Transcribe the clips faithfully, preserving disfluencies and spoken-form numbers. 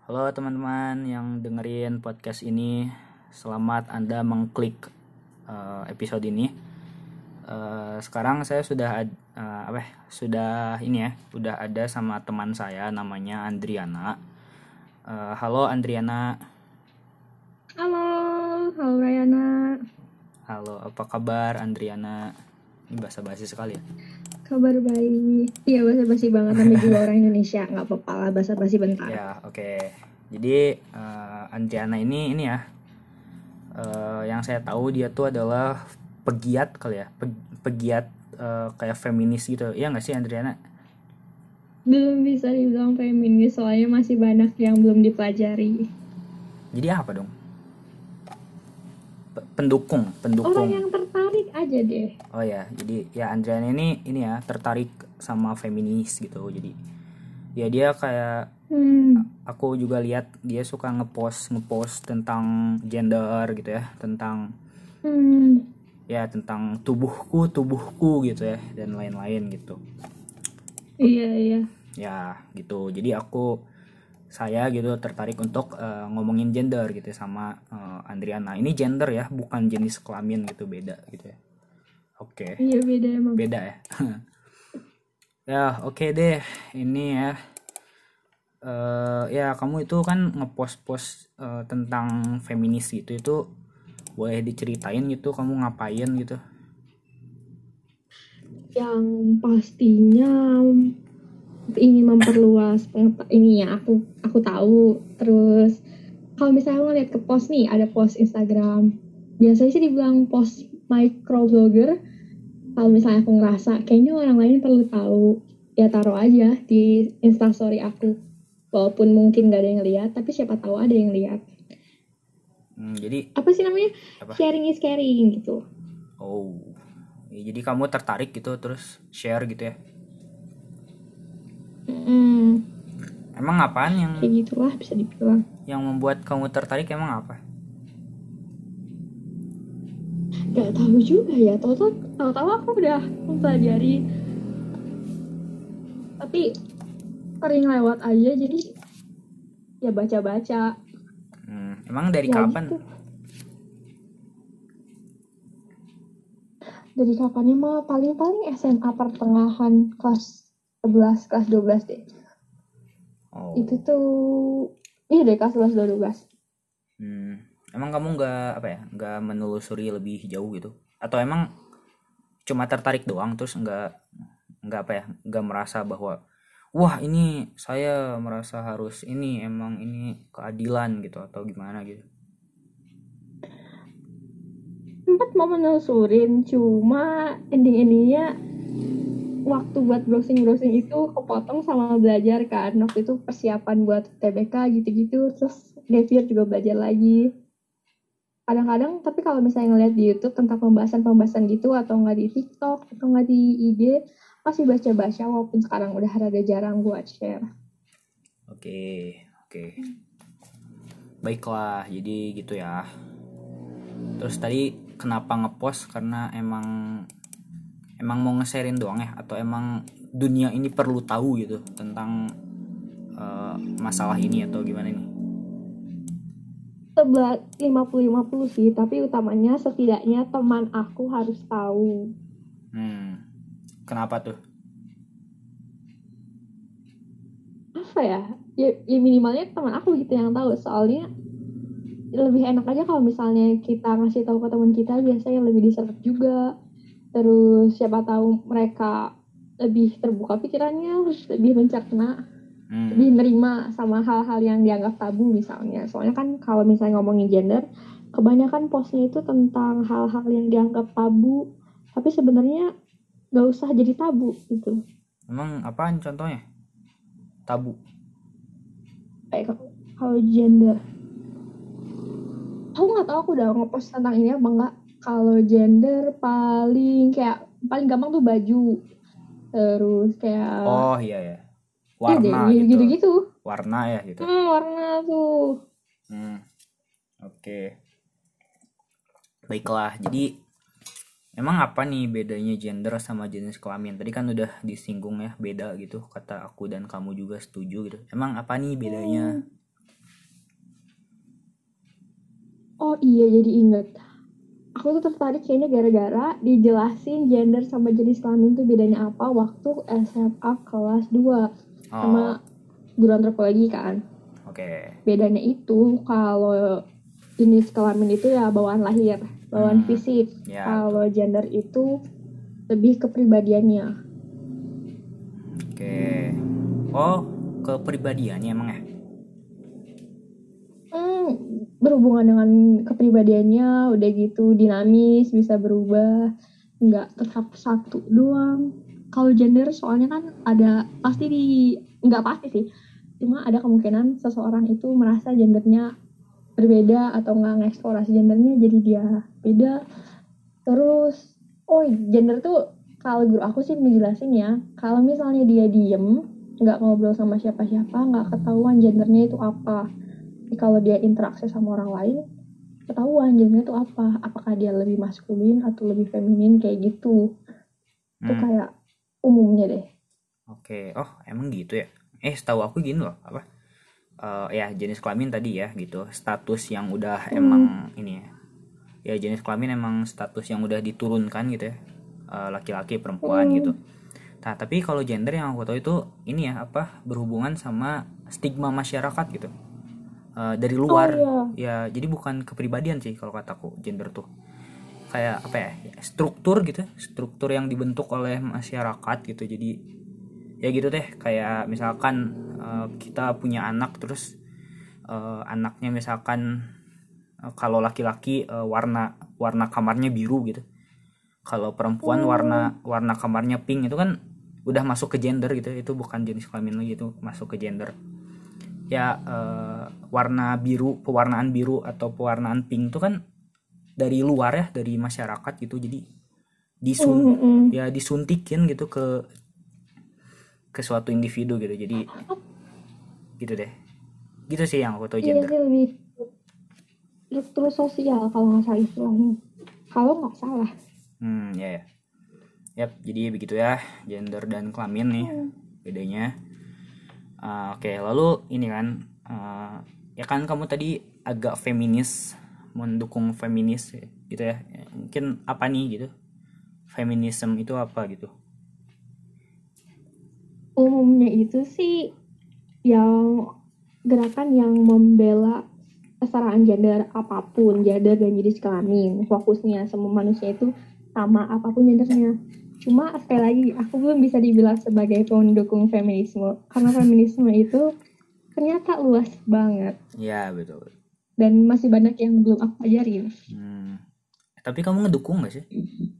Halo teman-teman yang dengerin podcast ini, selamat Anda mengklik uh, episode ini. Uh, sekarang saya sudah uh, apa? ya, Sudah ini ya, sudah ada sama teman saya namanya Andriana. Uh, halo Andriana. Halo, halo Rayana. Halo, apa kabar Andriana? Ini basa-basi sekali ya. Kabar baik. Iya, basa-basi banget, namanya juga orang Indonesia, nggak apa-apa lah basa-basi bentar. Ya, oke. Okay. Jadi uh, Andriana ini ini ya, uh, yang saya tahu dia tuh adalah pegiat kali ya, pegiat uh, kayak feminis gitu. Iya nggak sih Andriana? Belum bisa dibilang feminis, soalnya masih banyak yang belum dipelajari. Jadi apa dong? Pendukung, pendukung. Orang yang tertarik aja deh. Oh ya, jadi ya Andriana ini ini ya tertarik sama feminis gitu. Jadi ya dia kayak hmm. aku juga lihat dia suka ngepost ngepost tentang gender gitu ya, tentang hmm. ya tentang tubuhku tubuhku gitu ya dan lain-lain gitu. Iya iya. Ya gitu. Jadi aku saya gitu tertarik untuk uh, ngomongin gender gitu sama uh, Andriana. Ini gender ya, bukan jenis kelamin gitu, beda gitu ya. Oke. Okay. Iya beda emang. Beda ya. Ya oke okay deh. Ini ya. Uh, ya kamu itu kan ngepost-post uh, tentang feminis gitu, itu boleh diceritain gitu kamu ngapain gitu? Yang pastinya ingin memperluas ini ya, aku aku tahu. Terus kalau misalnya ngeliat ke post nih, ada post Instagram, biasanya sih dibilang post microblogger. Kalau misalnya aku ngerasa kayaknya orang lain perlu tahu, ya taruh aja di instastory aku, walaupun mungkin gak ada yang lihat, tapi siapa tahu ada yang lihat. Hmm, jadi apa sih namanya, apa? Sharing is caring gitu. Oh ya, jadi kamu tertarik gitu terus share gitu ya? Mm. Emang apaan yang kayak gitulah bisa dibilang. Yang membuat kamu tertarik emang apa? Gak tahu juga ya, tahu-tahu tahu-tahu aku udah mempelajari, tapi sering lewat aja, jadi ya baca-baca. Hmm, emang dari ya kapan? Gitu. Dari kapannya mah paling-paling S M A pertengahan, kelas sebelas, kelas dua belas deh. Oh. Itu tuh iya deh, kelas sebelas dua belas. Hmm, emang kamu nggak apa ya, nggak menelusuri lebih jauh gitu? Atau emang cuma tertarik doang terus nggak nggak apa ya, nggak merasa bahwa wah ini saya merasa harus ini, emang ini keadilan gitu atau gimana gitu? Sempat mau menelusurin, cuma ending-endingnya waktu buat browsing-browsing itu kepotong sama belajar kan. Waktu itu persiapan buat T B K gitu-gitu, terus Devir juga belajar lagi. Kadang-kadang, tapi kalau misalnya ngeliat di YouTube tentang pembahasan-pembahasan gitu, atau nggak di TikTok, atau nggak di I G, masih baca-baca, walaupun sekarang udah rada jarang buat share. Oke, oke. Baiklah, jadi gitu ya. Terus tadi kenapa ngepost? Karena emang emang mau nge-sharein doang ya, atau emang dunia ini perlu tahu gitu tentang uh, masalah ini atau gimana nih? Sebelah lima puluh lima puluh sih, tapi utamanya setidaknya teman aku harus tahu. Hmm. Kenapa tuh? Apa ya? Ya, ya minimalnya teman aku gitu yang tahu, soalnya lebih enak aja kalau misalnya kita ngasih tahu ke teman kita, biasanya lebih diserap juga. Terus siapa tahu mereka lebih terbuka pikirannya, lebih mencerna, hmm. lebih nerima sama hal-hal yang dianggap tabu misalnya. Soalnya kan kalau misalnya ngomongin gender, kebanyakan postnya itu tentang hal-hal yang dianggap tabu, tapi sebenarnya gak usah jadi tabu gitu. Emang apaan contohnya? Tabu? Kayak kalau gender, aku nggak tahu aku udah ngepost tentang ini apa enggak. Kalau gender paling kayak paling gampang tuh baju, terus kayak oh iya ya, warna iya, gitu. gitu-gitu. Warna ya gitu. Hmm, warna tuh. Hmm. Oke. Okay. Baiklah, jadi emang apa nih bedanya gender sama jenis kelamin? Tadi kan udah disinggung ya, beda gitu, kata aku dan kamu juga setuju gitu. Emang apa nih bedanya? Hmm. Oh iya, jadi inget. Aku tuh tertarik kayaknya gara-gara dijelasin gender sama jenis kelamin tuh bedanya apa waktu S M A kelas dua Oh, sama guru antropologi kan. oke. Bedanya itu kalau jenis kelamin itu ya bawaan lahir, bawaan Hmm, fisik. ya betul. Kalau gender itu lebih kepribadiannya. Oke. Oh, kepribadiannya emang ya? Hmm, berhubungan dengan kepribadiannya udah gitu dinamis, bisa berubah, nggak tetap satu doang. Kalau gender soalnya kan ada pasti di nggak pasti sih, cuma ada kemungkinan seseorang itu merasa gendernya berbeda atau nggak ngeksplorasi gendernya jadi dia beda. Terus oh gender tuh kalau guru aku sih menjelasin ya, kalau misalnya dia diem nggak ngobrol sama siapa-siapa nggak ketahuan gendernya itu apa. Tapi kalau dia interaksi sama orang lain ketahuan gendernya itu apa, apakah dia lebih maskulin atau lebih feminin kayak gitu. Itu Hmm, kayak umumnya deh. oke. Oh, emang gitu ya? Eh, setahu aku gini loh, apa? Eh, ya jenis kelamin tadi ya gitu. Status yang udah Hmm. emang ini ya. Ya jenis kelamin emang status yang udah diturunkan gitu ya. Eh, laki-laki, perempuan gitu. Hmm. Nah, tapi kalau gender yang aku tahu itu ini ya apa berhubungan sama stigma masyarakat gitu. Eh, dari Oh luar iya. ya, jadi bukan kepribadian sih kalau kataku gender tuh. Kayak apa ya? Struktur gitu, struktur yang dibentuk oleh masyarakat gitu. Jadi ya gitu deh, kayak misalkan eh, kita punya anak terus eh, anaknya misalkan eh, kalau laki-laki eh, warna warna kamarnya biru gitu, kalau perempuan Hmm. warna warna kamarnya pink, itu kan udah masuk ke gender gitu, itu bukan jenis kelamin lagi, itu masuk ke gender ya. Eh, warna biru, pewarnaan biru atau pewarnaan pink itu kan dari luar ya, dari masyarakat gitu, jadi disun Hmm. Hmm. ya disuntikin gitu ke ke suatu individu gitu, jadi gitu deh, gitu sih yang aku tahu Iya gender. sih lebih struktur sosial kalau nggak salah istilahnya. Kalau nggak salah. Hmm, ya ya. Yap, jadi begitu ya gender dan kelamin nih Hmm. bedanya. Ah, oke, lalu ini kan ah, ya kan kamu tadi agak feminis, mendukung feminis gitu ya. Ya, mungkin apa nih gitu? Feminisme itu apa gitu? Umumnya itu sih yang gerakan yang membela kesetaraan gender apapun, gender dan jenis kelamin. Fokusnya semua manusia itu sama apapun gendernya. Cuma sekali lagi, aku belum bisa dibilang sebagai pendukung feminisme. Karena feminisme itu ternyata luas banget. Ya betul. Dan masih banyak yang belum aku ajarin. Hmm. Tapi kamu ngedukung gak sih?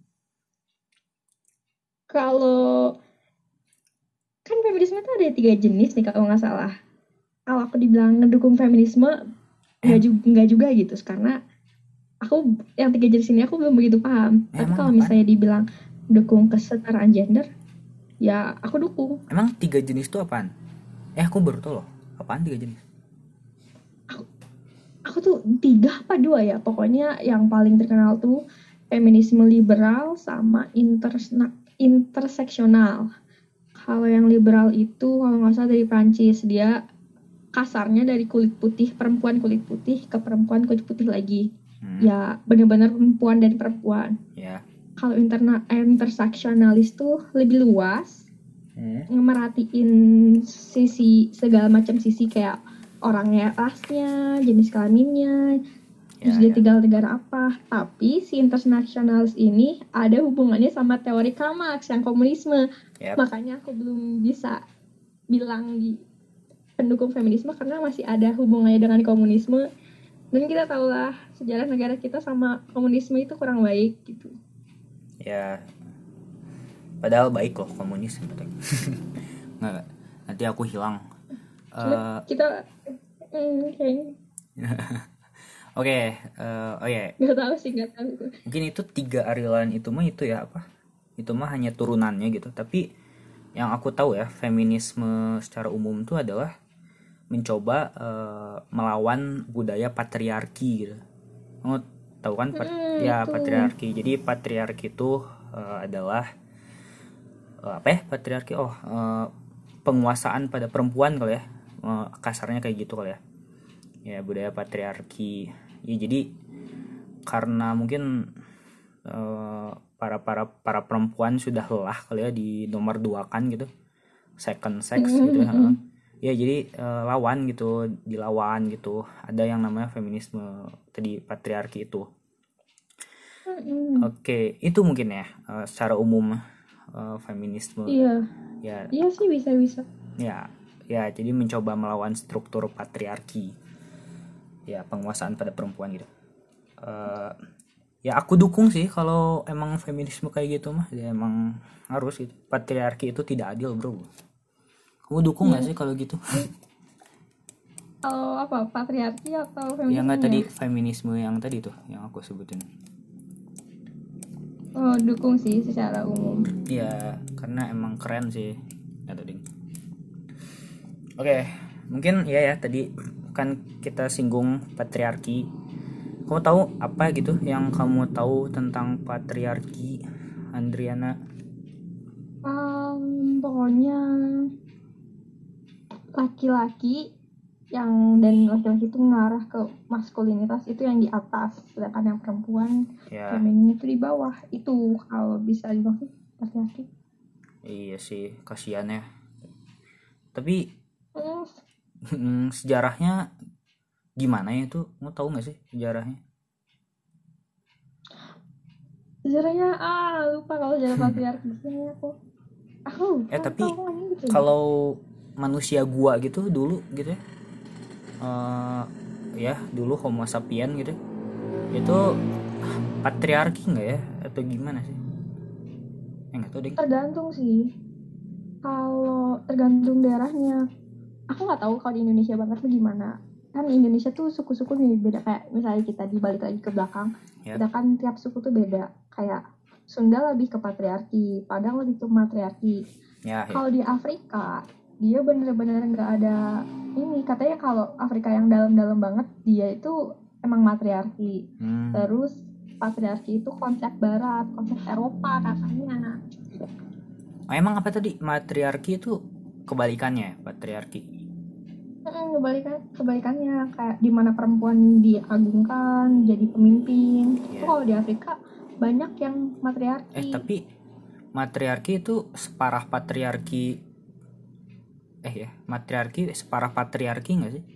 Kalau kan feminisme itu ada tiga jenis nih kalau nggak salah. Kalau aku dibilang ngedukung feminisme, nggak Em, juga, nggak juga gitu. Karena aku yang tiga jenis ini aku belum begitu paham. Tapi emang kalau apaan? misalnya dibilang dukung kesetaraan gender, ya aku dukung. Emang tiga jenis itu apaan? Eh, aku baru tahu loh. Apaan tiga jenis? Aku, aku tuh tiga apa dua ya, pokoknya yang paling terkenal tuh feminisme liberal sama intersna, interseksional. Kalau yang liberal itu kalau nggak salah dari Prancis, dia kasarnya dari kulit putih, perempuan kulit putih ke perempuan kulit putih lagi. Hmm, Ya benar-benar perempuan dan perempuan. ya. Kalau interna interseksionalis tuh lebih luas, Hmm, ngemerhatiin sisi segala macam sisi kayak orangnya, rasnya, jenis kelaminnya, terus ya dia ya. tinggal negara apa. Tapi si internasionalis ini ada hubungannya sama teori Karl Marx yang komunisme. Yap. Makanya aku belum bisa bilang di pendukung feminisme karena masih ada hubungannya dengan komunisme. Dan kita tahulah sejarah negara kita sama komunisme itu kurang baik gitu. Ya, padahal baik loh komunis sebetulnya. Nggak, nanti aku hilang. Cuma Eh, kita hmm, kayaknya Oke, eh, oh ya, nggak tahu sih nggak tahu. mungkin itu tiga aliran itu mah itu ya apa? Itu mah hanya turunannya gitu. Tapi yang aku tahu ya, feminisme secara umum itu adalah mencoba eh, melawan budaya patriarki gitu. Kamu tahu kan? Pat- Hmm, ya itu patriarki. Jadi patriarki itu eh, adalah eh, apa ya? Patriarki. Oh, eh, penguasaan pada perempuan kali ya. Eh, kasarnya kayak gitu kali ya. Ya budaya patriarki. Ya jadi karena mungkin uh, para para para perempuan sudah lelah kali ya di nomor dua kan gitu, second sex gitu ya. Ya jadi uh, lawan gitu, dilawan gitu. Ada yang namanya feminisme tadi, patriarki itu. Mm-mm. Oke, itu mungkin ya uh, secara umum uh, feminisme. Iya. Ya, Iya sih, bisa-bisa. ya, ya. Jadi mencoba melawan struktur patriarki, ya penguasaan pada perempuan gitu. Uh, ya aku dukung sih kalau emang feminisme kayak gitu mah. Ya emang harus gitu. Patriarki itu tidak adil bro. Kamu dukung nggak Iya. sih kalau gitu? Kalau apa, patriarki atau Ya nggak, tadi feminisme? feminisme yang tadi tuh yang aku sebutin. Oh, dukung sih secara umum. Ya karena emang keren sih ya tadi. Oke, mungkin ya ya tadi kan kita singgung patriarki. Kamu tahu apa gitu yang kamu tahu tentang patriarki, Andriana? Um, pokoknya laki-laki yang dan laki-laki itu mengarah ke maskulinitas itu yang di atas, sedangkan yang perempuan Ya, feminin itu di bawah. Itu kalau bisa dibilang sih patriarki. iya sih, kasihan ya. Tapi Hmm, hmm, sejarahnya gimana ya itu? Mau tahu nggak sih sejarahnya? sejarahnya ah lupa kalau sejarah patriarki sini aku. Aku Eh lupa tapi pokoknya gitu. kalau manusia gua gitu dulu gitu ya, eh, ya dulu Homo sapien gitu, itu patriarki nggak ya atau gimana sih? Eh nggak tahu deh. Tergantung sih. Kalau tergantung daerahnya. Aku nggak tahu kalau di Indonesia banget tuh gimana. Kan di Indonesia tuh suku-suku nih beda, kayak misalnya kita dibalik lagi ke belakang. Ya. Kita kan tiap suku tuh beda. Kayak Sunda lebih ke patriarki, Padang lebih ke matriarki. Ya, ya. Kalau di Afrika, dia bener-bener nggak ada ini. Katanya kalau Afrika yang dalam-dalam banget, dia itu emang matriarki. Hmm. Terus patriarki itu konsep barat, konsep Eropa katanya. Oh, emang apa tadi? Matriarki itu kebalikannya, patriarki. Hmm, kebalikan kebalikannya kayak di mana perempuan diagungkan jadi pemimpin. Yeah. Itu kalau di Afrika banyak yang matriarki. Eh tapi matriarki itu separah patriarki. Eh ya, matriarki separah patriarki nggak sih?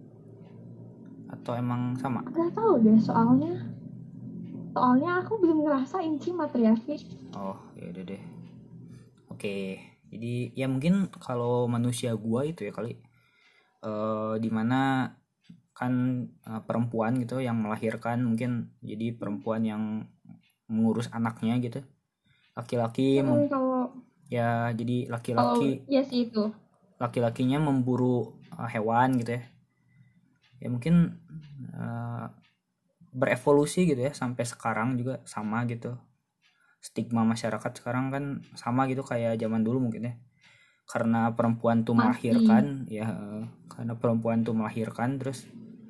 Atau emang sama? Gak tahu deh soalnya. Soalnya aku belum ngerasain sih matriarki. Oh, ya udah deh. Oke, jadi ya mungkin kalau manusia gua itu ya kali, uh, dimana kan uh, perempuan gitu yang melahirkan, mungkin jadi perempuan yang mengurus anaknya gitu, laki-laki Hmm, mem- kalau ya jadi kalau laki-laki ya sih itu. laki-lakinya memburu uh, hewan gitu ya, ya mungkin uh, berevolusi gitu ya sampai sekarang juga sama gitu. Stigma masyarakat sekarang kan sama gitu kayak zaman dulu mungkin ya, karena perempuan tuh Masih. melahirkan ya, karena perempuan tuh melahirkan terus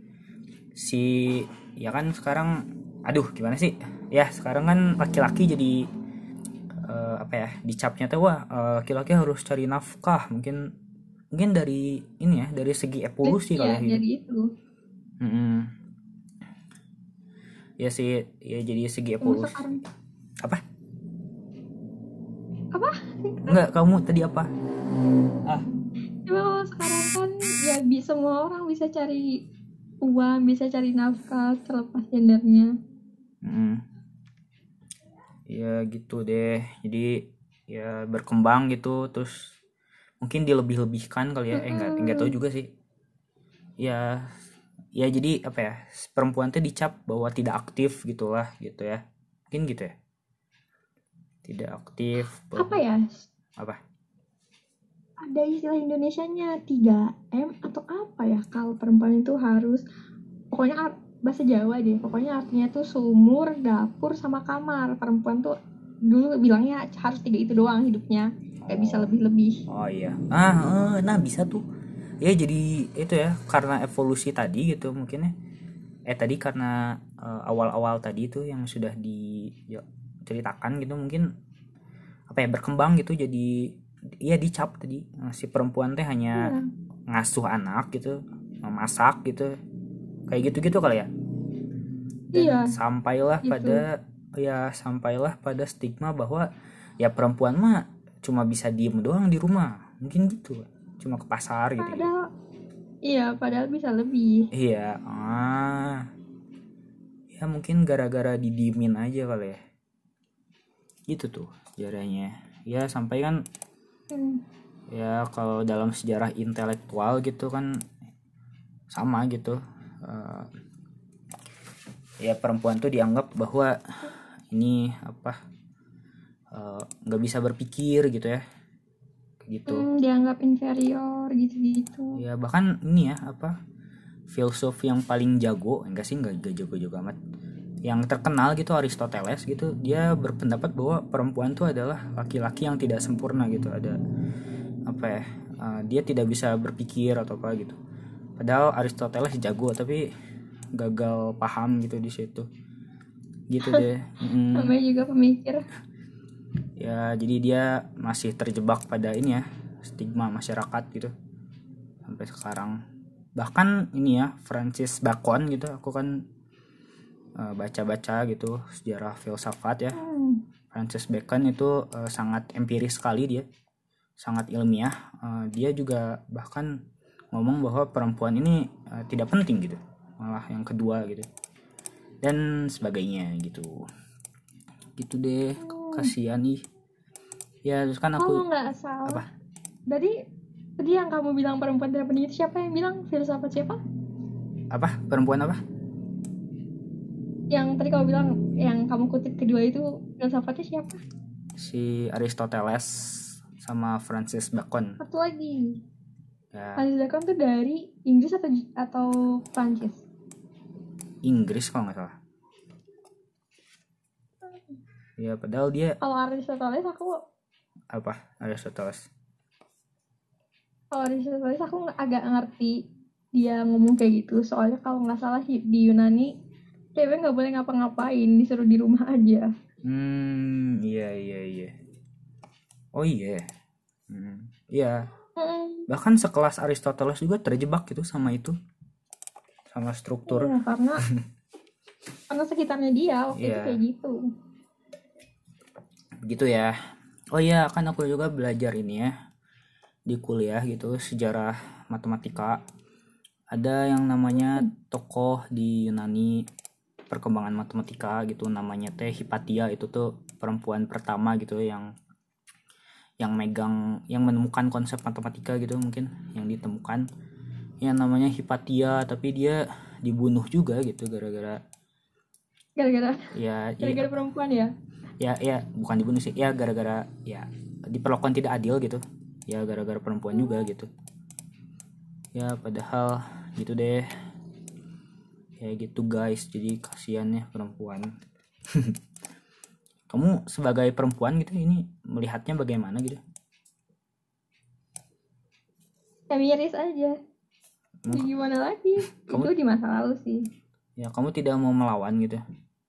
si ya kan sekarang aduh gimana sih ya, sekarang kan laki-laki jadi uh, apa ya, dicapnya tuh wah uh, laki-laki harus cari nafkah, mungkin mungkin dari ini ya, dari segi evolusi kali Ya, ya gitu. jadi itu. Mm-mm. Ya sih, ya jadi segi Cuma evolusi. sekarang Apa? apa? Enggak, kamu tadi apa? Ah, Cuma kalau sekarang kan ya bi- semua orang bisa cari uang, bisa cari nafkah terlepas gendernya. mm. Ya gitu deh. Jadi ya berkembang gitu, terus mungkin dilebih-lebihkan kali ya. Eh enggak, enggak tahu juga sih. Ya ya jadi apa ya? Perempuan tuh dicap bahwa tidak aktif gitulah gitu ya. Mungkin gitu ya. Tidak aktif. Apa ya? Apa? Ada istilah Indonesianya tiga M atau apa ya, kalau perempuan itu harus, pokoknya bahasa Jawa deh, pokoknya artinya tuh sumur, dapur, sama kamar. Perempuan tuh dulu bilangnya harus tiga itu doang hidupnya, gak bisa lebih-lebih. Oh iya, ah nah bisa tuh ya, jadi itu ya karena evolusi tadi gitu mungkin ya. Eh tadi karena uh, awal-awal tadi itu yang sudah diceritakan gitu, mungkin apa ya, berkembang gitu, jadi ya dicap tadi si perempuan teh hanya Iya. ngasuh anak gitu, memasak gitu, kayak gitu-gitu kali ya. Dan Iya, sampailah gitu. pada ya sampailah pada stigma bahwa ya perempuan mah cuma bisa diem doang di rumah, mungkin gitu, cuma ke pasar gitu gitu. Padahal, iya, padahal bisa lebih. Iya, ah, ya mungkin gara-gara didiemin aja kali ya, gitu tuh sejarahnya. Ya sampai kan Hmm. ya kalau dalam sejarah intelektual gitu kan sama gitu. Uh, ya perempuan tuh dianggap bahwa ini apa nggak uh, bisa berpikir gitu ya, gitu. Hmm, dianggap inferior gitu-gitu. Ya bahkan ini ya apa filsuf yang paling jago, enggak sih enggak jago-jago amat, yang terkenal gitu Aristoteles gitu, dia berpendapat bahwa perempuan tuh adalah laki-laki yang tidak sempurna gitu, ada apa ya uh, dia tidak bisa berpikir atau apa gitu. Padahal Aristoteles jago tapi gagal paham gitu di situ, gitu deh. Mm. Namanya juga pemikir. Ya jadi dia masih terjebak pada ini ya stigma masyarakat gitu sampai sekarang. Bahkan ini ya Francis Bacon gitu, aku kan uh, baca-baca gitu sejarah filsafat ya. hmm. Francis Bacon itu uh, sangat empiris sekali, dia sangat ilmiah. Uh, dia juga bahkan ngomong bahwa perempuan ini uh, tidak penting gitu, malah yang kedua gitu dan sebagainya gitu, gitu deh. hmm. Kasihan nih ya. Terus kan aku kalau nggak salah apa dari tadi yang kamu bilang perempuan tidak penting itu siapa yang bilang? Filsafat siapa? Apa perempuan apa yang tadi kamu bilang yang kamu kutip kedua itu filsafatnya siapa? Si Aristoteles sama Francis Bacon. Satu lagi Ya. Francis Bacon tuh dari Inggris atau atau Prancis? Inggris kalau nggak salah. Ya padahal dia. Kalau Aristoteles aku apa Aristoteles? Kalau Aristoteles aku agak ngerti dia ngomong kayak gitu. Soalnya kalau nggak salah di Yunani cewek nggak boleh ngapa-ngapain, disuruh di rumah aja. Hmm, iya iya iya. Oh iya. Hmm, iya. Hmm. Bahkan sekelas Aristoteles juga terjebak gitu sama itu, sama struktur. Iya, karena karena sekitarnya dia waktu yeah. itu kayak gitu. Begitu ya. Oh iya, kan aku juga belajar ini ya di kuliah gitu, sejarah matematika. Ada yang namanya tokoh di Yunani perkembangan matematika gitu, namanya teh Hipatia. Itu tuh perempuan pertama gitu yang yang megang, yang menemukan konsep matematika gitu, mungkin yang ditemukan yang namanya Hipatia. Tapi dia dibunuh juga gitu gara-gara gara-gara ya gara-gara ya, perempuan ya ya ya bukan dibunuh sih ya, gara-gara ya diperlakukan tidak adil gitu ya, gara-gara perempuan juga gitu ya. Padahal gitu deh ya, gitu guys. Jadi kasihan ya perempuan. Kamu sebagai perempuan gitu ini melihatnya bagaimana gitu? Ya miris aja. Ya, gimana lagi? Kamu, itu di masa lalu sih. Ya kamu tidak mau melawan gitu?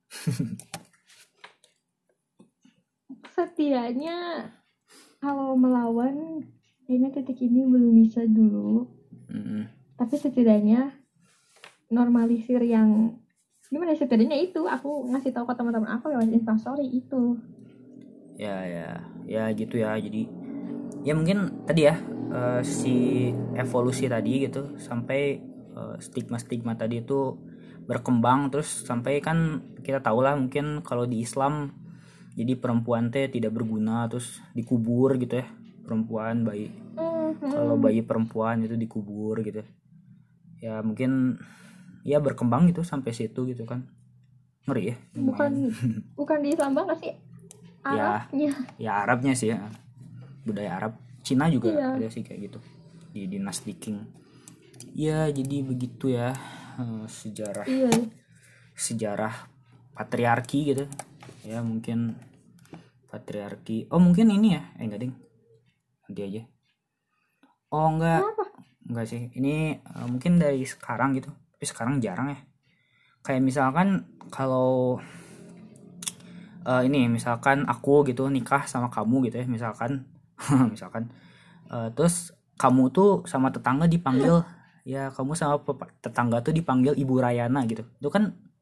Setidaknya kalau melawan kayaknya titik ini belum bisa dulu. Mm-hmm. Tapi setidaknya normalisir yang gimana, setidaknya itu aku ngasih tahu ke teman-teman aku lewat Instastory itu. Ya ya ya gitu ya. Jadi ya mungkin tadi ya uh, si evolusi tadi gitu sampai uh, stigma-stigma tadi itu berkembang terus sampai kan kita tahu lah mungkin kalau di Islam jadi perempuan teh tidak berguna terus dikubur gitu ya, perempuan bayi mm-hmm. kalau bayi perempuan itu dikubur gitu ya. Mungkin ya berkembang gitu sampai situ gitu kan, ngeri ya. Bukan bukan di Islam banget sih, Arabnya. Ya, ya Arabnya sih ya, budaya Arab. Cina juga iya. ada sih kayak gitu di Dynasty King ya. Jadi begitu ya uh, sejarah iya. sejarah patriarki gitu ya. Mungkin patriarki, oh mungkin ini ya, eh enggak ding, nanti aja. Oh enggak. Kenapa? Enggak sih, ini uh, mungkin dari sekarang gitu, tapi sekarang jarang ya. Kayak misalkan kalau uh, ini misalkan aku gitu nikah sama kamu gitu ya, misalkan misalkan uh, terus kamu tuh sama tetangga dipanggil ya, kamu sama tetangga tuh dipanggil Ibu Rayana gitu, itu kan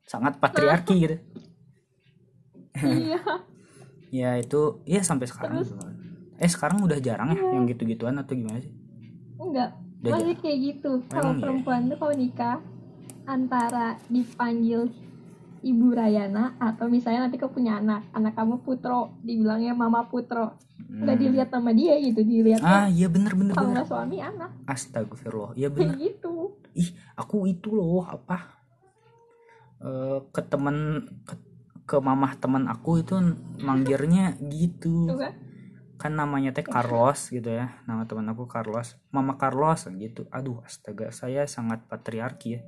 sangat patriarki gitu. Iya. Ya itu ya sampai sekarang. Terus Eh sekarang udah jarang ya iya. yang gitu-gituan atau gimana sih? Enggak, Udah masih jarang. kayak gitu. Oh, Kalau emang iya. perempuan tuh kalau nikah antara dipanggil Ibu Rayana atau misalnya nanti kau punya anak, anak kamu Putro, dibilangnya Mama Putro. Nggak Hmm. dilihat nama dia gitu, dilihatnya Ah iya bener bener kalau bener. nggak suami anak. Astagfirullah. Iya Kayak bener. gitu. Ih aku itu loh apa eh, ke temen ke, ke mamah teman aku itu manggilnya gitu. Tuh kan? Kan namanya teh Carlos gitu ya, nama teman aku Carlos, Mama Carlos gitu. Aduh astaga, saya sangat patriarki ya.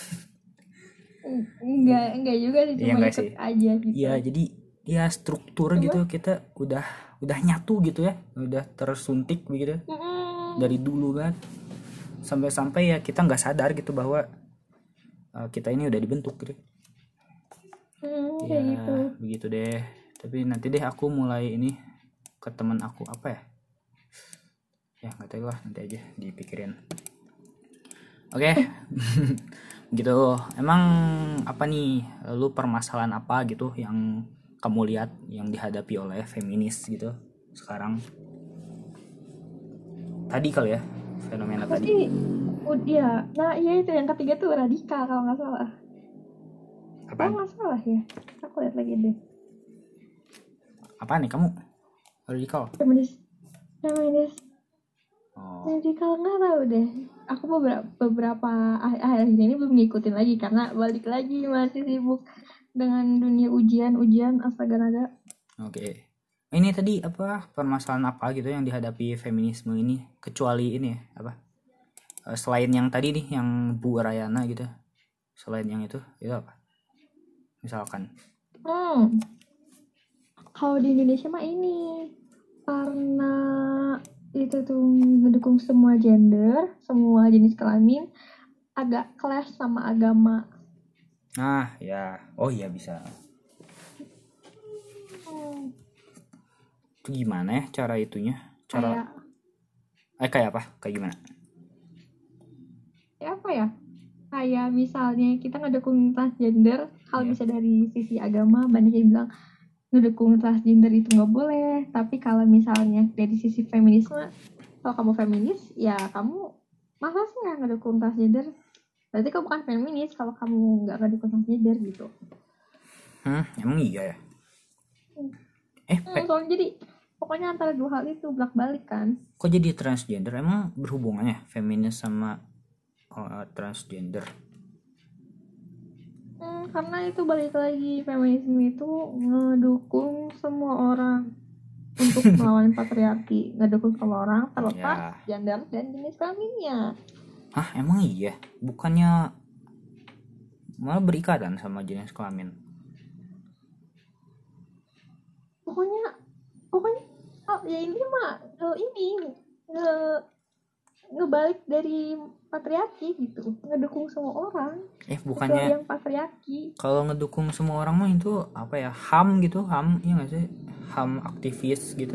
Enggak, enggak juga sih, Iya cuma enggak ikut sih? aja gitu. Iya jadi ya struktur Coba. gitu kita udah udah nyatu gitu ya, udah tersuntik begitu Mm-mm. dari dulu kan, sampai-sampai ya kita nggak sadar gitu bahwa uh, kita ini udah dibentuk gitu. Hmm, Ya kayak gitu. begitu deh. Tapi nanti deh aku mulai ini ke teman aku apa ya? Ya nggak tahu lah, nanti aja dipikirin. Oke, okay. Gitu. Emang apa nih, lu permasalahan apa gitu yang kamu lihat yang dihadapi oleh feminis gitu sekarang? Tadi kali ya, fenomena Apa tadi. sih? Udah, nah iya itu yang ketiga tuh radikal kalau nggak salah. Kalau Apaan? nggak salah ya, aku lihat lagi deh. Apaan nih kamu? Radikal? Feminis, feminis, Oh. radikal nggak tahu deh. Aku beberapa beberapa akhir-akhir ini belum ngikutin lagi karena balik lagi masih sibuk dengan dunia ujian-ujian astaga naga. Oke. Okay. Ini tadi apa permasalahan apa gitu yang dihadapi feminisme ini, kecuali ini apa? Selain yang tadi nih yang Bu Rayana gitu. Selain yang itu, itu apa? Misalkan. Hmm. Kalau di Indonesia mah ini karena itu tuh mendukung semua gender, semua jenis kelamin, agak clash sama agama. Ah ya, oh iya bisa. Hmm. Itu gimana ya cara itunya? Cara kayak eh kayak apa? Kayak gimana? Ya apa ya? Kayak misalnya kita ngedukung transgender, kalau Yeah. bisa dari sisi agama banyak yang bilang ngedukung transgender itu nggak boleh. Tapi kalau misalnya dari sisi feminisme, kalau kamu feminis, ya kamu masa sih nggak ngedukung transgender? Berarti kamu bukan feminis kalau kamu nggak ngedukung transgender gitu. Hmm, emang iya ya? Hmm. Eh, Hmm, pe- soalnya jadi pokoknya antara dua hal itu belak-balik kan. kok jadi transgender? Emang berhubungannya feminis sama oh, transgender? Hmm, karena itu balik lagi, feminisme itu ngedukung semua orang untuk melawan patriarki, ngedukung semua orang terlepas Ya. gender dan jenis kelaminnya. Hah, emang iya? Bukannya malah berikatan sama jenis kelamin? Pokoknya, pokoknya, oh, ya ini mah oh, ini nge, ngebalik dari patriarki gitu, ngedukung semua orang. Eh, Kecuali bukannya yang patriarki. kalau ngedukung semua orang mah itu apa ya? H A M gitu, H A M, iya nggak sih? H A M aktivis gitu.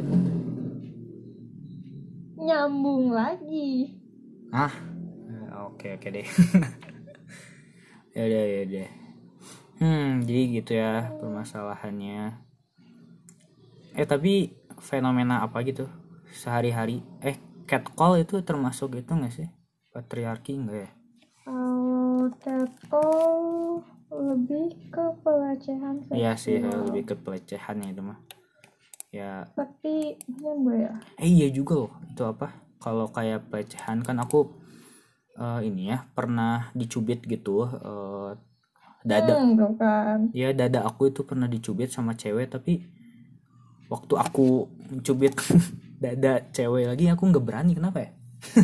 Nyambung lagi. Ah, oke oke deh. Ya udah ya deh. Hmm, jadi gitu ya permasalahannya. Eh tapi fenomena apa gitu sehari-hari? Eh, catcall itu termasuk itu nggak sih? Patriarki nggak ya? Kalau catcall lebih ke pelecehan seksual. Iya sih, lebih ke pelecehan ya itu mah. Ya. Tapi nyambung ya. Eh iya juga loh, itu apa? Kalau kayak pelecehan kan aku uh, ini ya pernah dicubit gitu uh, dada. Hmm, bukan. Ya dada aku itu pernah dicubit sama cewek, tapi waktu aku mencubit dada cewek lagi aku nggak berani. Kenapa ya?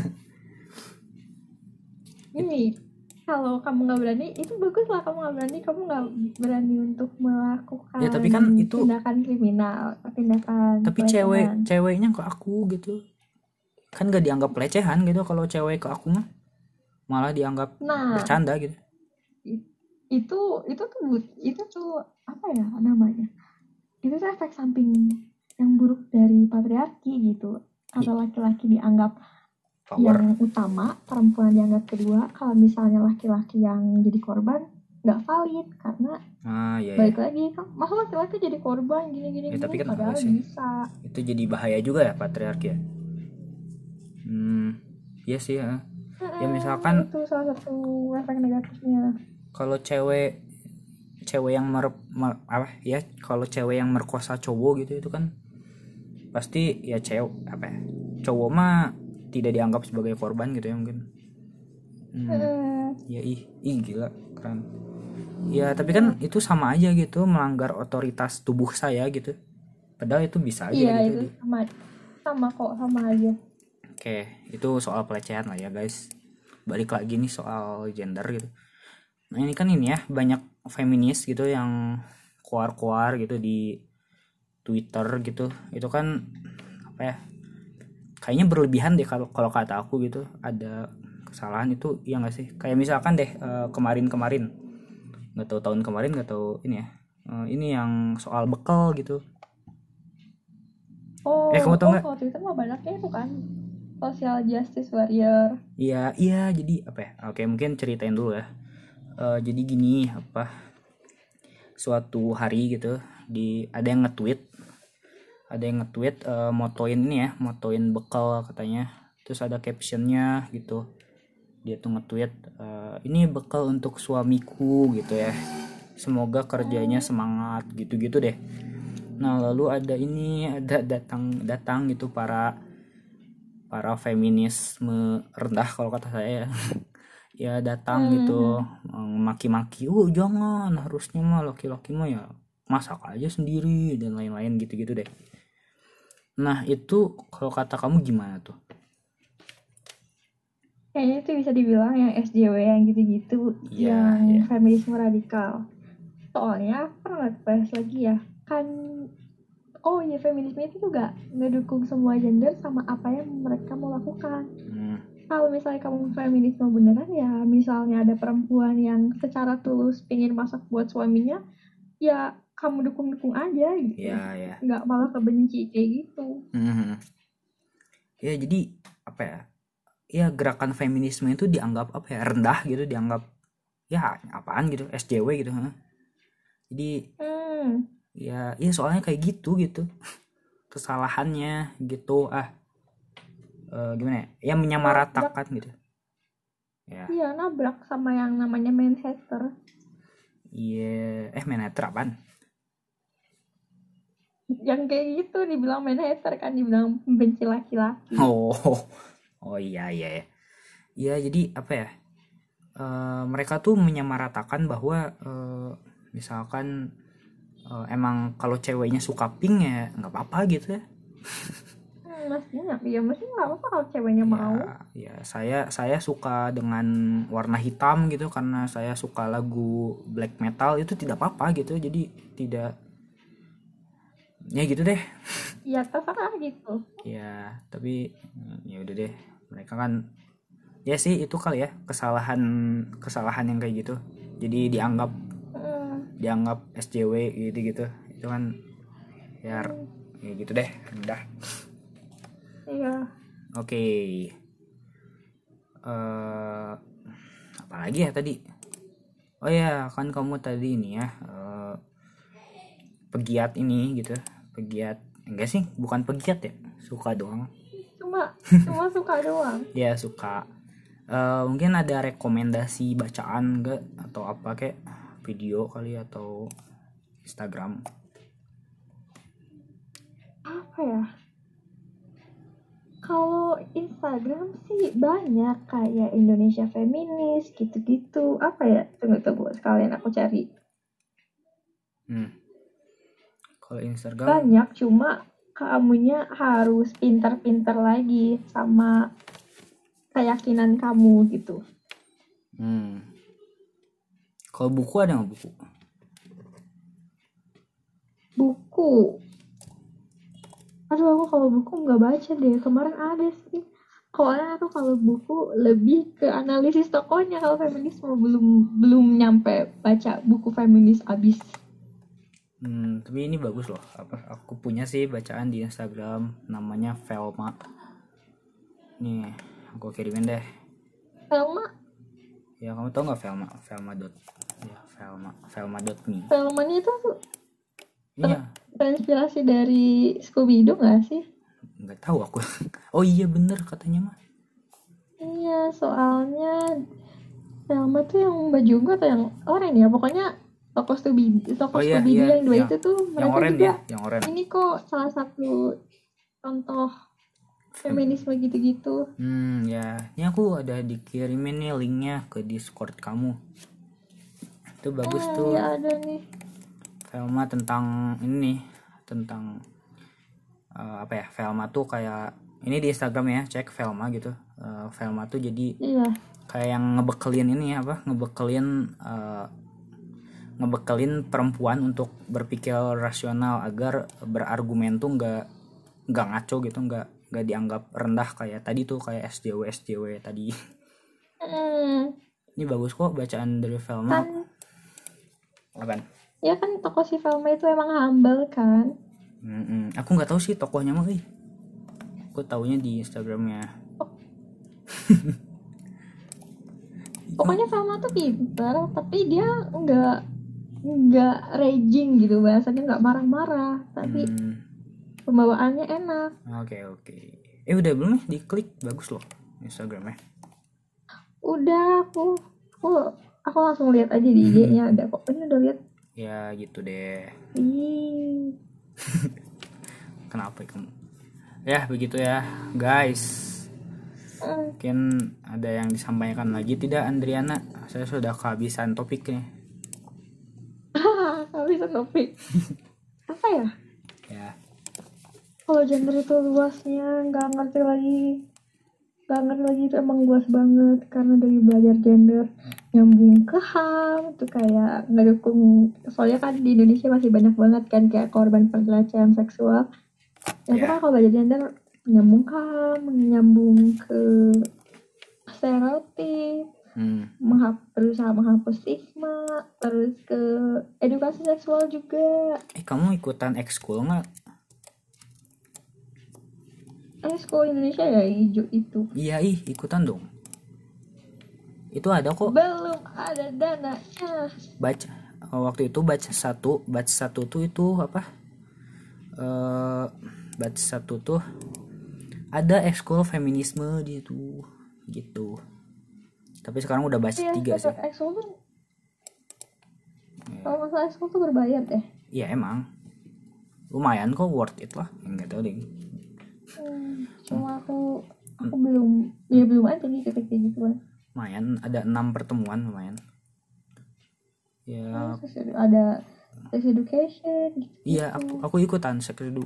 Ini kalau kamu nggak berani itu bagus lah, kamu nggak berani, kamu nggak berani untuk melakukan Ya tapi kan itu tindakan kriminal, tindakan tapi pelecehan. cewek ceweknya ke aku gitu kan nggak dianggap pelecehan gitu. Kalau cewek ke aku mah malah dianggap nah, bercanda gitu. Itu itu tuh itu tuh apa ya namanya? Itu tuh efek samping yang buruk dari patriarki gitu. Kalau laki-laki dianggap Power. Yang utama, perempuan dianggap kedua. Kalau misalnya laki-laki yang jadi korban, nggak valid karena ah ya, balik ya. lagi kan masa laki-laki jadi korban gini-gini Ya, tapi kan padahal enggak sih. bisa. Itu jadi bahaya juga ya patriarki ya. Hmm, iya sih ya. Ya Mm-mm, misalkan itu salah satu efek negatifnya. kalau cewek cewek yang mer, mer- apa ya kalau cewek yang merkosa cowok gitu itu kan pasti ya cewek apa ya cowok mah tidak dianggap sebagai korban gitu ya mungkin. Hmm, Mm-mm. ya ih ih gila keren. Ya tapi kan itu sama aja gitu melanggar otoritas tubuh saya gitu. Padahal itu bisa aja Iya gitu itu di. sama sama kok sama aja. Oke, itu soal pelecehan lah ya guys. Balik lagi nih soal gender gitu. Nah ini kan ini ya banyak feminis gitu yang keluar-keluar gitu di Twitter gitu. Itu kan apa ya? Kayaknya berlebihan deh kalau kalau kata aku gitu. Ada kesalahan itu ya nggak sih? Kayak misalkan deh eh, kemarin-kemarin nggak tahu tahun kemarin nggak tahu ini ya. Eh, ini yang soal bekal gitu. Eh Oh kamu tau oh nggak? kalau Twitter mah banyaknya itu kan social justice warrior. Iya iya jadi apa ya? Oke mungkin ceritain dulu ya. Eh, jadi gini apa? Suatu hari gitu di ada yang nge-tweet ada yang nge-tweet uh, motoin ini ya motoin bekal katanya terus ada captionnya gitu dia tuh nge-tweet uh, ini bekal untuk suamiku gitu ya semoga kerjanya Hmm, semangat gitu-gitu deh. Nah lalu ada ini ada datang datang gitu para para feminisme rendah kalau kata saya ya ya datang gitu hmm, maki-maki oh jangan harusnya mah laki-laki mah ya masak aja sendiri dan lain-lain gitu-gitu deh. Nah itu kalau kata kamu gimana tuh? kayaknya itu bisa dibilang yang S J W yang gitu-gitu Iya, yang ya. feminisme radikal. Soalnya pernah bahas lagi ya kan. Oh iya, feminisme itu juga ngedukung semua gender sama apa yang mereka mau lakukan. Hmm, Kalau misalnya kamu feminisme beneran ya, misalnya ada perempuan yang secara tulus pengen masak buat suaminya, ya kamu dukung-dukung aja gitu. ya, ya. Nggak malah kebenci kayak gitu. Hmm. Ya jadi apa ya? Ya gerakan feminisme itu dianggap apa ya rendah gitu, dianggap ya apaan gitu, S J W gitu. Huh? Jadi Hmm, ya, ya soalnya kayak gitu gitu, kesalahannya gitu ah eh, gimana ya? Ya nabrak, menyamaratakan gitu. Ya, iya nabrak sama yang namanya Manchester. iya eh menetra apaan? Yang kayak gitu dibilang Manchester kan, dibilang membenci laki-laki. Oh, oh iya iya ya. Ya jadi apa ya? Eh, mereka tuh menyamaratakan bahwa eh, misalkan eh, emang kalau ceweknya suka pink ya nggak apa-apa gitu ya. Hmm, mestinya, ya mestinya nggak apa-apa kalau ceweknya Ya, mau. ya saya saya suka dengan warna hitam gitu karena saya suka lagu black metal itu tidak apa-apa gitu. Jadi tidak ya gitu deh. Ya terserah gitu. Ya, tapi mm, ya udah deh. Mereka kan ya sih itu kali ya kesalahan kesalahan yang kayak gitu. Jadi dianggap Hmm, dianggap S J W gitu-gitu. Itu kan ya, hmm, ya gitu deh. Udah. iya. Oke. Eh apalagi ya tadi? Oh ya, kan kamu tadi ini ya eh, pegiat ini gitu. Pegiat enggak sih, bukan pegiat ya. Suka doang. Cuma cuma suka doang. Ya, suka. Eh, mungkin ada rekomendasi bacaan enggak atau apa kayak video kali atau Instagram. Apa ya? Kalau Instagram sih banyak kayak Indonesia Feminis gitu-gitu. Apa ya? Tunggu tunggu sekalian aku cari. Hmm. Kalau Instagram Banyak cuma kamunya harus pintar-pintar lagi sama keyakinan kamu gitu. hmm. Kalau buku ada nggak buku? Buku. Aduh aku kalau buku nggak baca deh. Kemarin ada sih. Soalnya aku kalau buku lebih ke analisis tokohnya. Kalau feminisme belum belum nyampe baca buku feminis abis. Hmm, tapi ini bagus loh. Apa? Aku punya sih bacaan di Instagram namanya Velma. Nih, aku kirimin deh. Selma, Ya kamu tau nggak Velma, Velma dot, ya Velma, Velma dot me. Filmnya itu Iya. terinspirasi dari Scooby-Doo nggak sih? Nggak tahu aku. Oh iya bener katanya mah. Iya, soalnya Velma tuh yang baju ungu atau yang oranye ya, pokoknya toko Scooby toko Oh iya Scooby-Doo iya yang dua yang itu tuh yang mereka oranye juga ya, yang oranye. ini kok salah satu contoh feminisme gitu-gitu. Hmm ya, ini aku ada dikirimin nih linknya ke Discord kamu. Itu bagus Hmm, tuh. ya ada nih. Velma tentang ini, tentang uh, apa ya? Velma tuh kayak ini di Instagram ya, cek Velma gitu. Uh, Velma tuh jadi Iya. kayak yang ngebekelin ini apa? Ngebekelin uh, ngebekelin perempuan untuk berpikir rasional agar berargumen tuh nggak nggak ngaco gitu, nggak nggak dianggap rendah kayak tadi tuh kayak S J W S J W tadi. Hmm, Ini bagus kok bacaan dari Velma. kan Apaan? ya kan toko si Velma itu emang humble kan. Mm-mm. Aku nggak tahu sih tokohnya mah, eh. Aku taunya di Instagramnya. Pokoknya Velma tuh pintar, tapi dia nggak nggak raging gitu bahasanya, nggak marah-marah, tapi Hmm, pembawaannya enak. oke oke. Eh udah belum nih diklik, bagus loh Instagramnya. Udah, aku aku aku langsung lihat aja di I G-nya ada kok. Ini udah lihat. Ya gitu deh. Ih, Kenapa ya kamu? Ya begitu ya guys. mm, Mungkin ada yang disampaikan lagi tidak Andriana? Saya sudah kehabisan topik nih. nggak bisa topik. Apa ya? Ya. Kalau gender itu luasnya nggak ngerti lagi. Nggak ngerti lagi, itu emang luas banget. Karena dari belajar gender nyambung ke H A M itu kayak nggak dukung. Soalnya kan di Indonesia masih banyak banget kan kayak korban pelecehan seksual. Ya Ya. pokoknya kalau belajar gender nyambung ke H A M, nyambung ke stereotip, Hmm. menghap- berusaha menghapus stigma, terus ke edukasi seksual juga. Eh kamu ikutan ekskul nggak? Eh, sekolah Indonesia ya hijau itu. Iya ih ikutan dong. Itu ada kok. Belum ada dananya. Baca waktu itu baca satu, baca satu tuh itu apa? Eh baca satu tuh ada ekskul feminisme di itu gitu. Tapi sekarang udah baca Iya, tiga sih. ekskul tuh kalau masalah ekskul tuh berbayar deh. Iya emang lumayan kok, worth it lah. Enggak tahu deh. Hmm, cuma aku aku belum ya belum aja nih kayak gitu kan. Lumayan ada enam pertemuan lumayan. Ya. Terus ada sex education gitu. Iya aku aku ikutan sex edu.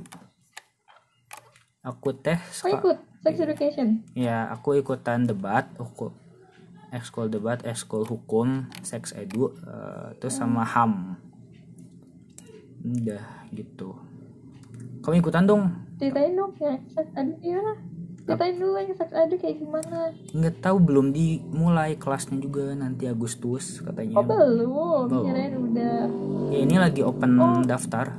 Aku teh. Kau ikut sex education? Ya aku ikutan debat, aku ekskul debat, ekskul hukum, sex edu, uh, terus sama H A M. Udah gitu. Kamu ikutan dong? Ceritain dong ya sex edu gimana? Ceritain dulu yang sex edu kayak gimana? Nggak tahu, belum dimulai kelasnya juga, nanti Agustus katanya. Oh belum, Belum. kirain udah. Ya ini lagi open Oh. daftar.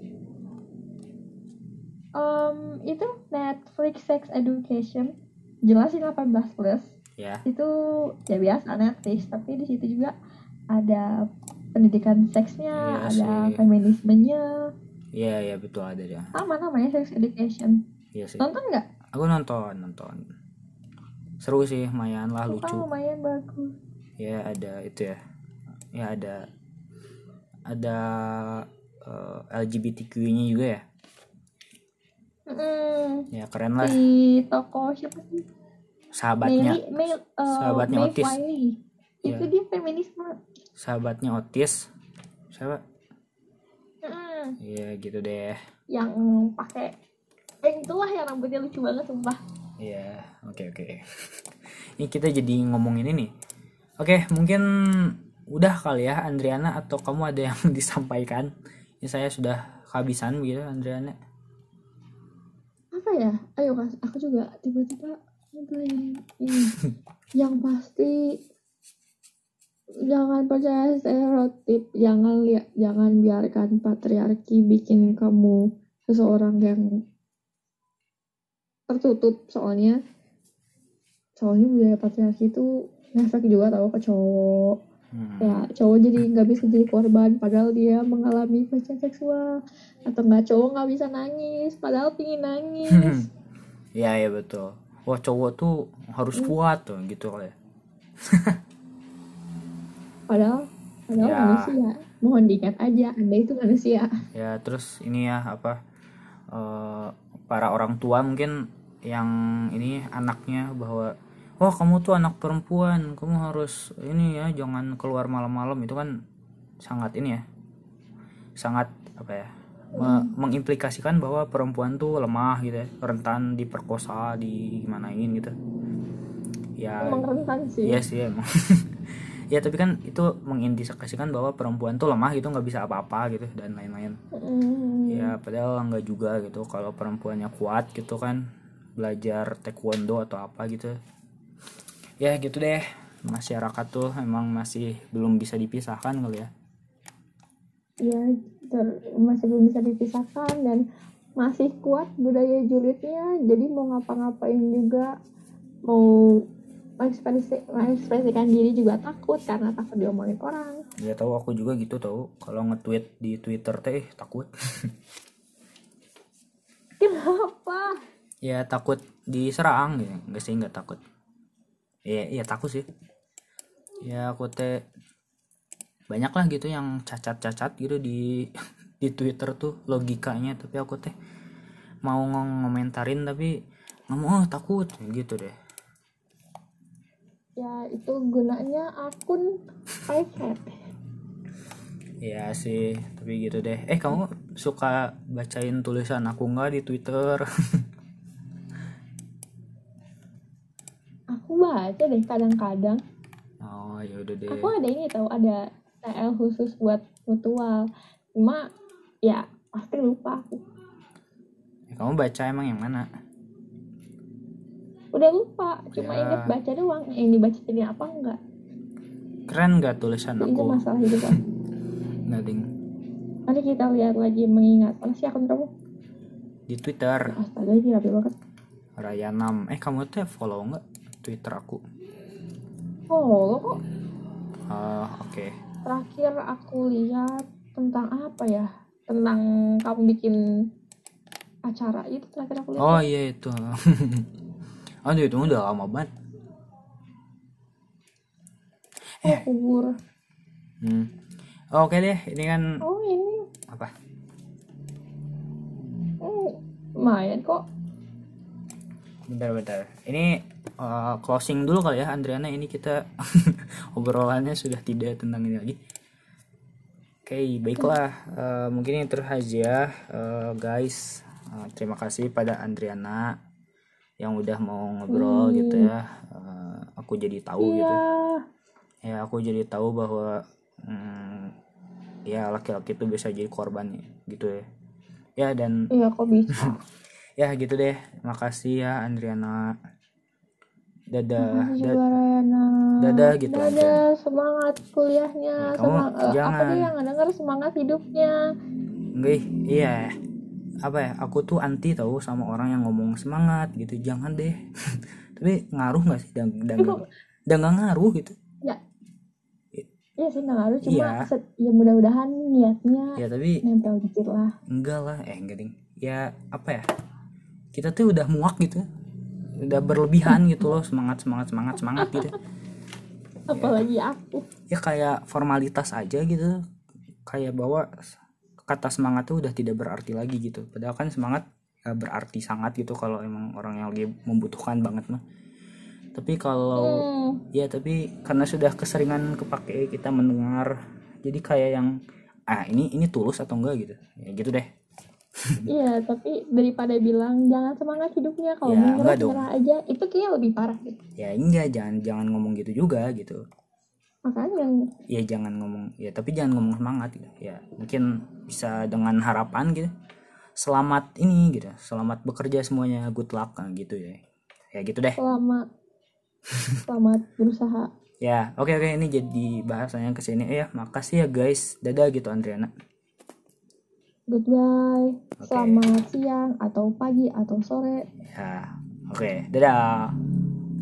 Um, itu Netflix sex education jelasin delapan belas plus. Ya. Itu ya biasa Netflix, tapi di situ juga ada pendidikan seksnya, Iya ada sih. feminismenya. Iya ya betul ada ya. Sama namanya sex education. Iya sih. Nonton nggak? Aku nonton nonton. Seru sih, lumayan lah, lucu. Oh, lumayan bagus. Ya ada itu ya. Ya ada ada uh, L G B T Q-nya juga ya. Mm, Ya keren lah. di toko siapa sih? Sahabatnya. May, May, uh, sahabatnya May Otis. Wiley. Ya. Itu dia feminisme. Sahabatnya Otis. Siapa? Mm, Iya gitu deh. yang pakai yang itulah yang rambutnya lucu banget sumpah. Iya, oke oke. Ini kita jadi ngomongin ini. Oke, mungkin udah kali ya Andriana, atau kamu ada yang disampaikan? Ini saya sudah kehabisan gitu Andriana. Apa ya? Ayo Kas, aku juga tiba-tiba ngebayangin ini. Yang pasti jangan percaya stereotip, jangan lihat, jangan biarkan patriarki bikin kamu seseorang yang tertutup. Soalnya soalnya budaya patriarki itu ngefek juga tahu ke cowok. Hmm. Ya cowok jadi nggak bisa jadi korban padahal dia mengalami pelecehan seksual, atau nggak cowok nggak bisa nangis padahal pingin nangis. Ya ya betul. Wah cowok tuh harus Hmm. kuat tuh gitu ya. Padahal padahal Ya. manusia. Mohon diingat aja, Anda itu manusia. Ya terus ini ya apa eh, para orang tua mungkin yang ini anaknya bahwa oh kamu tuh anak perempuan, kamu harus ini ya jangan keluar malam-malam, itu kan sangat ini ya, sangat apa ya, me- mengimplikasikan bahwa perempuan tuh lemah gitu ya, rentan diperkosa, di gimanain gitu. Ya Emang rentan sih. iya sih emang. Ya tapi kan itu mengindikasikan bahwa perempuan tuh lemah gitu, nggak bisa apa-apa gitu dan lain-lain. Hmm. Ya padahal nggak juga gitu, kalau perempuannya kuat gitu kan, belajar taekwondo atau apa gitu. Ya gitu deh, masyarakat tuh emang masih belum bisa dipisahkan kali ya. Ya ter- masih belum bisa dipisahkan dan masih kuat budaya julidnya, jadi mau ngapa-ngapain juga, mau mengekspresi, mengekspresikan diri juga takut karena takut diomongin orang. Ya tahu, aku juga gitu tahu, kalau nge-tweet di Twitter teh takut. Kenapa? Ya takut diserang ya, nggak sih, nggak takut. Ya iya takut sih. Ya aku teh banyak lah gitu yang cacat-cacat gitu di di Twitter tuh logikanya, tapi aku teh mau ngomentarin tapi nggak mau, oh, takut gitu deh. Ya itu gunanya akun private. Ya sih, tapi gitu deh. Eh kamu suka bacain tulisan aku nggak di Twitter? Aku baca deh kadang-kadang. Oh ya udah deh. Aku ada ini tahu, ada T L khusus buat mutual. Cuma ya pasti lupa aku. Eh, kamu baca emang yang mana? Udah lupa, cuma Ya. inget baca doang. Yang dibaca jadi apa enggak? Keren nggak tulisan Itu aku? masalah hidup aku. Nggak ding. Mari kita lihat lagi, mengingat. Mana sih akun kamu? Di Twitter Astaga, ini rapi banget. Raya enam. Eh kamu tuh follow nggak Twitter aku? Oh, lo kok Ah oke. terakhir aku lihat tentang apa ya? Tentang kamu bikin acara itu terakhir aku lihat. Oh iya itu. Aduh itu udah lama banget. Oh, kubur. Hmm. Oke deh, ini kan Oh, ini apa? hmm, lumayan kok. Bentar-bentar. Ini uh, closing dulu kali ya Andriana, ini kita obrolannya sudah tidak tentang ini lagi. Oke, okay, baiklah. Uh, mungkin yang terakhir uh, guys. Uh, terima kasih pada Andriana yang udah mau ngobrol hmm. gitu ya. Uh, aku jadi tahu iya. gitu. Ya, aku jadi tahu bahwa hmm, ya laki-laki itu bisa jadi korban gitu ya. Ya dan iya kok bisa. Ya gitu deh, makasih ya Andriana. Dadah. Makasih juga Rayana. Dadah gitu. Dadah, Andriana. Semangat kuliahnya. Ya, semangat jangan. apa tuh yang denger, semangat hidupnya. Enggak, iya. Apa ya? Aku tuh anti tahu sama orang yang ngomong semangat gitu. Jangan deh. Tapi ngaruh nggak sih? Dan dan nggak ngaruh gitu. Ya. Iya sih nggak ngaruh, cuma iya. set, ya mudah-mudahan niatnya ya, tapi, nempel dikit lah. Enggak lah, eh enggak ding. Ya apa ya? Kita tuh udah muak gitu, udah berlebihan gitu loh, semangat semangat semangat semangat gitu. Apalagi ya. aku. Ya kayak formalitas aja gitu, kayak bahwa kata semangat tuh udah tidak berarti lagi gitu. Padahal kan semangat ya berarti sangat gitu kalau emang orang yang lagi membutuhkan banget mah. Tapi kalau hmm. ya tapi karena sudah keseringan kepake kita mendengar, jadi kayak yang ah ini ini tulus atau enggak gitu, ya gitu deh. Iya, tapi daripada bilang jangan semangat hidupnya, kalau ya, menyerah menyerah aja, itu kayaknya lebih parah gitu. Ya enggak, jangan jangan ngomong gitu juga gitu. Makanya. Ya jangan ngomong, ya tapi jangan ngomong semangat gitu. Ya mungkin bisa dengan harapan gitu. Selamat ini gitu, selamat bekerja semuanya, good luck kan gitu ya. Ya gitu deh. Selamat. Selamat berusaha. Ya, oke okay, oke okay. Ini jadi bahasanya kesini ya. Makasih ya guys. Dadah gitu Andriana. Goodbye. Okay. Selamat siang atau pagi atau sore. Ya, oke. Okay. Dadah.